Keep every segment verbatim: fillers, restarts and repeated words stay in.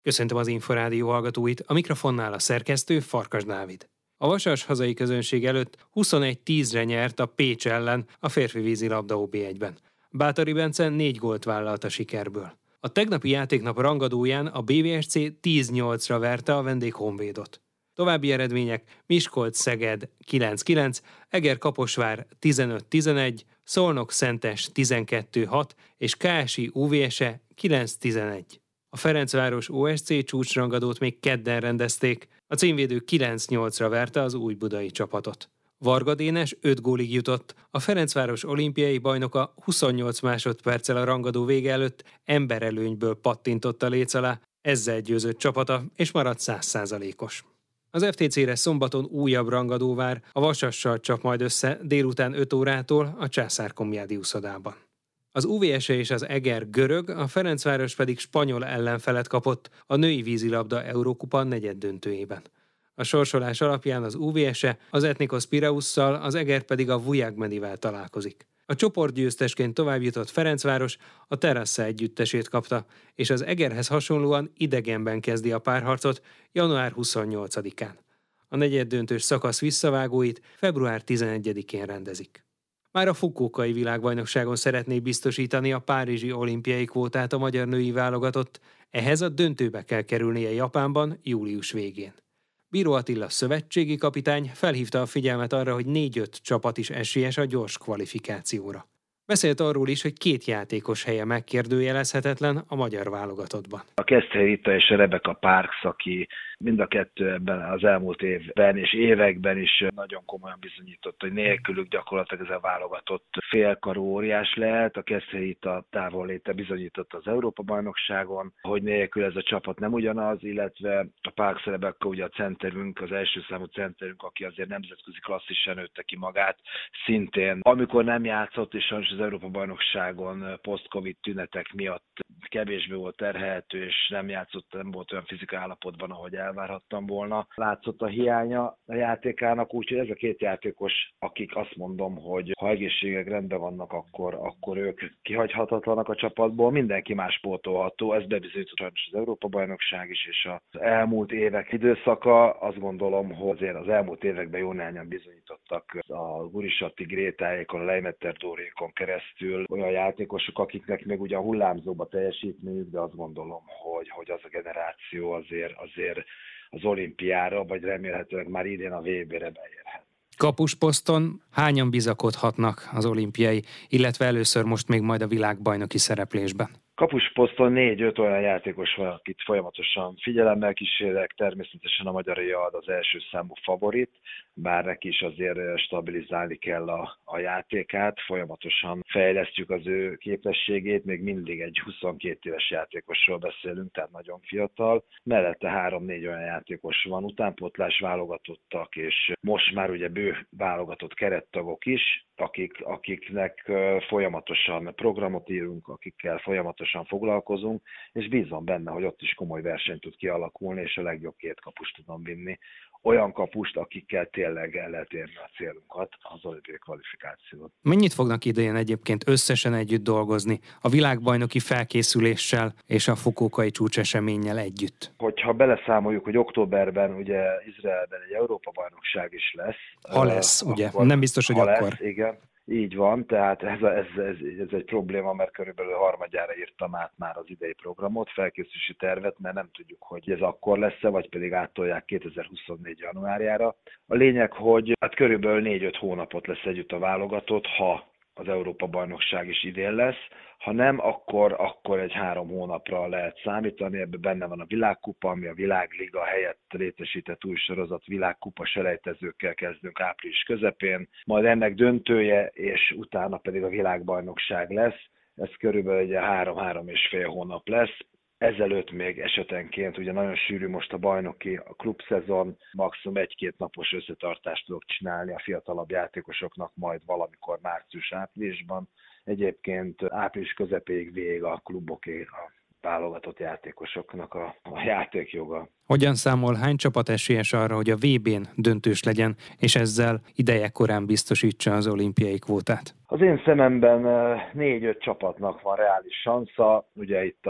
Köszöntöm az Inforádió hallgatóit, a mikrofonnál a szerkesztő Farkas Dávid. A Vasas hazai közönség előtt huszonegy tízre nyert a Pécs ellen a férfi vízilabda ó bé egyben. Báthori Bence négy gólt vállalt a sikerből. A tegnapi játéknap rangadóján a bé vé es cé tíz nyolcra verte a vendég Honvédot. További eredmények: Miskolc-Szeged kilenc kilenc, Eger-Kaposvár tizenöt tizenegy, Szolnok-Szentes tizenkettő hat és ká es i u vé es-e kilenc tizenegy. A Ferencváros o es cé csúcsrangadót még kedden rendezték, a címvédő kilenc nyolcra verte az újbudai csapatot. Varga Dénes öt gólig jutott, a Ferencváros olimpiai bajnoka huszonnyolc másodperccel a rangadó vége előtt emberelőnyből pattintott a léc alá, ezzel győzött csapata, és maradt száz százalékos. Az ef té cére szombaton újabb rangadó vár, a Vasassal csap majd össze délután öt órától a Császár-Komjádi uszodában. Az u vé es-e és az Eger görög, a Ferencváros pedig spanyol ellenfelet kapott a női vízilabda Eurókupa negyeddöntőjében. A sorsolás alapján az u vé es-e az Ethnikos Pireusszal, az Eger pedig a Vuják Medivel találkozik. A csoportgyőztesként továbbjutott Ferencváros a Terrassa együttesét kapta, és az Egerhez hasonlóan idegenben kezdi a párharcot január huszonnyolcadikán. A negyeddöntős szakasz visszavágóit február tizenegyedikén rendezik. Már a Fukuokai világbajnokságon szeretné biztosítani a párizsi olimpiai kvótát a magyar női válogatott, ehhez a döntőbe kell kerülnie Japánban július végén. Bíró Attila szövetségi kapitány felhívta a figyelmet arra, hogy négy-öt csapat is esélyes a gyors kvalifikációra. Beszélt arról is, hogy két játékos helye megkérdőjelezhetetlen a magyar válogatottban. A Keszthely Rita és a Rebecca Parks, aki mind a kettő ebben az elmúlt évben és években is nagyon komolyan bizonyított, hogy nélkülük gyakorlatilag ez a válogatott félkarú óriás lehet. A Keszthely Rita távolléte bizonyított az Európa-bajnokságon, hogy nélkül ez a csapat nem ugyanaz, illetve a Parks Rebecca, ugye a centerünk, az első számú centerünk, aki azért nemzetközi klasszisen nőtte ki magát, szintén amikor nem játszott, és sajnos az Európa-bajnokságon post-covid tünetek miatt kevésbé volt terhelhető, és nem játszott, nem volt olyan fizikai állapotban, ahogy elvárhattam volna. Látszott a hiánya a játékának, úgyhogy ez a két játékos, akik azt mondom, hogy ha egészségek rendben vannak, akkor, akkor ők kihagyhatatlanak a csapatból. Mindenki más pótolható, ez bebizonyított sajnos az Európa-bajnokság is, és az elmúlt évek időszaka. Azt gondolom, hogy azért az elmúlt években jó néhányan bizonyítottak a Gurisatti Grétáékon, a Leimetter Dórékon keresztül olyan játékosok, akiknek még ugye a hullámzóba teljesítményük, de azt gondolom, hogy, hogy az a generáció azért, azért az olimpiára, vagy remélhetőleg már idén a vé bére beérhet. Kapusposzton hányan bizakodhatnak az olimpiai, illetve először most még majd a világbajnoki szereplésben? Kapusposzton négy-öt olyan játékos van, akit folyamatosan figyelemmel kísérek, természetesen a Magyar Éad az első számú favorit, bár neki is azért stabilizálni kell a, a játékát, folyamatosan fejlesztjük az ő képességét, még mindig egy huszonkét éves játékosról beszélünk, tehát nagyon fiatal. Mellette három-négy olyan játékos van, utánpótlás válogatottak, és most már ugye bő válogatott kerettagok is, akik, akiknek folyamatosan programot írunk, akikkel folyamatosan foglalkozunk, és bízom benne, hogy ott is komoly verseny tud kialakulni, és a legjobb két kapust tudom vinni. Olyan kapust, akikkel tényleg el lehet érni a célunkat, az olimpiai kvalifikációt. Mennyit fognak idején egyébként összesen együtt dolgozni a világbajnoki felkészüléssel és a Fukuokai csúcseseménnyel együtt? Hogyha beleszámoljuk, hogy októberben ugye Izraelben egy Európa-bajnokság is lesz. Ha lesz, uh, ugye? Akkor, Nem biztos, hogy ha akkor. Lesz, igen. Így van, tehát ez, a, ez, ez, ez egy probléma, mert körülbelül harmadjára írtam át már az idei programot, felkészülési tervet, mert nem tudjuk, hogy ez akkor lesz-e, vagy pedig áttolják kétezer-huszonnégy januárjára. A lényeg, hogy hát körülbelül négy-öt hónapot lesz együtt a válogatott, ha az Európa-bajnokság is idén lesz. Ha nem, akkor, akkor egy három hónapra lehet számítani, ebben benne van a világkupa, ami a világliga helyett létesített új sorozat, világkupa selejtezőkkel kezdünk április közepén, majd ennek döntője, és utána pedig a világbajnokság lesz, ez körülbelül egy három-három és fél hónap lesz. Ezelőtt még esetenként, ugye nagyon sűrű most a bajnoki, a klubszezon, maximum egy-két napos összetartást tudok csinálni a fiatalabb játékosoknak majd valamikor március-áprilisban. Egyébként április közepéig végig a kluboké, a válogatott játékosoknak a, a játékjoga. Hogyan számol, hány csapat esélyes arra, hogy a vé bén döntős legyen, és ezzel ideje korán biztosítsa az olimpiai kvótát? Az én szememben négy-öt csapatnak van reális sansza, ugye itt a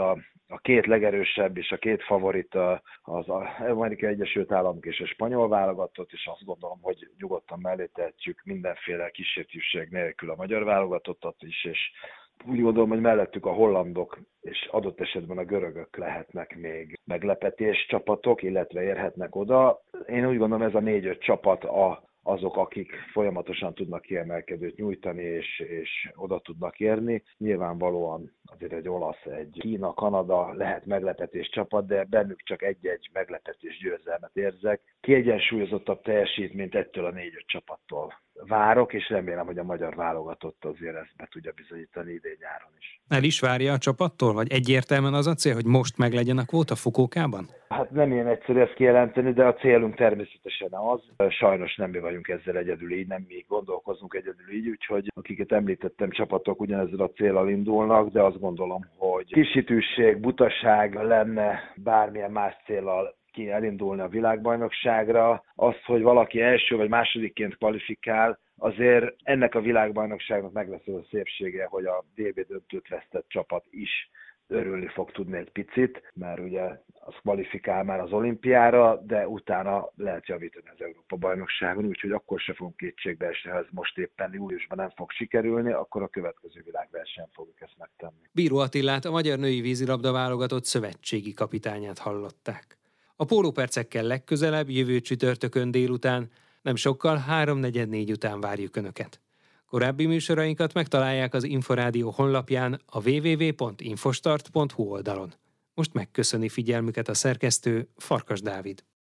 A két legerősebb és a két favorita az Amerikai Egyesült Államok és a spanyol válogatott, és azt gondolom, hogy nyugodtan mellé tehetjük mindenféle kísértűség nélkül a magyar válogatottat is, és úgy gondolom, hogy mellettük a hollandok és adott esetben a görögök lehetnek még meglepetés csapatok, illetve érhetnek oda. Én úgy gondolom, ez a négy-öt csapat a, azok, akik folyamatosan tudnak kiemelkedőt nyújtani, és, és oda tudnak érni. Nyilvánvalóan azért egy olasz, egy Kína, Kanada lehet meglepetés csapat, de bennük csak egy-egy meglepetés győzelmet érzek. Kiegyensúlyozottabb teljesítményt ettől a négy-öt csapattól várok, és remélem, hogy a magyar válogatott azért ezt be tudja bizonyítani idén-nyáron is. El is várja a csapattól, vagy egyértelműen az a cél, hogy most meglegyen a kvóta Fukuokában? Hát nem ilyen egyszerű ezt kijelenteni, de a célunk természetesen az. Sajnos nem mi vagyunk ezzel egyedül így, nem mi gondolkozunk egyedül így, úgyhogy akiket említettem csapatok ugyanezzel a céllal indulnak, de azt gondolom, hogy kisítőség, butaság lenne bármilyen más céllal ki elindulni a világbajnokságra. Azt, hogy valaki első vagy másodikként kvalifikál, azért ennek a világbajnokságnak meg lesz az a szépsége, hogy a vé bé döntőt vesztett csapat is örülni fog tudni egy picit, mert ugye az kvalifikál már az olimpiára, de utána lehet javítani az Európa-bajnokságon, úgyhogy akkor se fogunk kétségbe esni, ha ez most éppen júliusban nem fog sikerülni, akkor a következő világversenyen fogjuk ezt megtenni. Bíró Attilát, a magyar női vízilabda válogatott szövetségi kapitányát hallották. A pólópercekkel legközelebb, jövő csütörtökön délután, nem sokkal háromnegyed négy után várjuk Önöket. Korábbi műsorainkat megtalálják az Inforádió honlapján, a double-u double-u double-u pont infostart pont hu oldalon. Most megköszöni figyelmüket a szerkesztő, Farkas Dávid.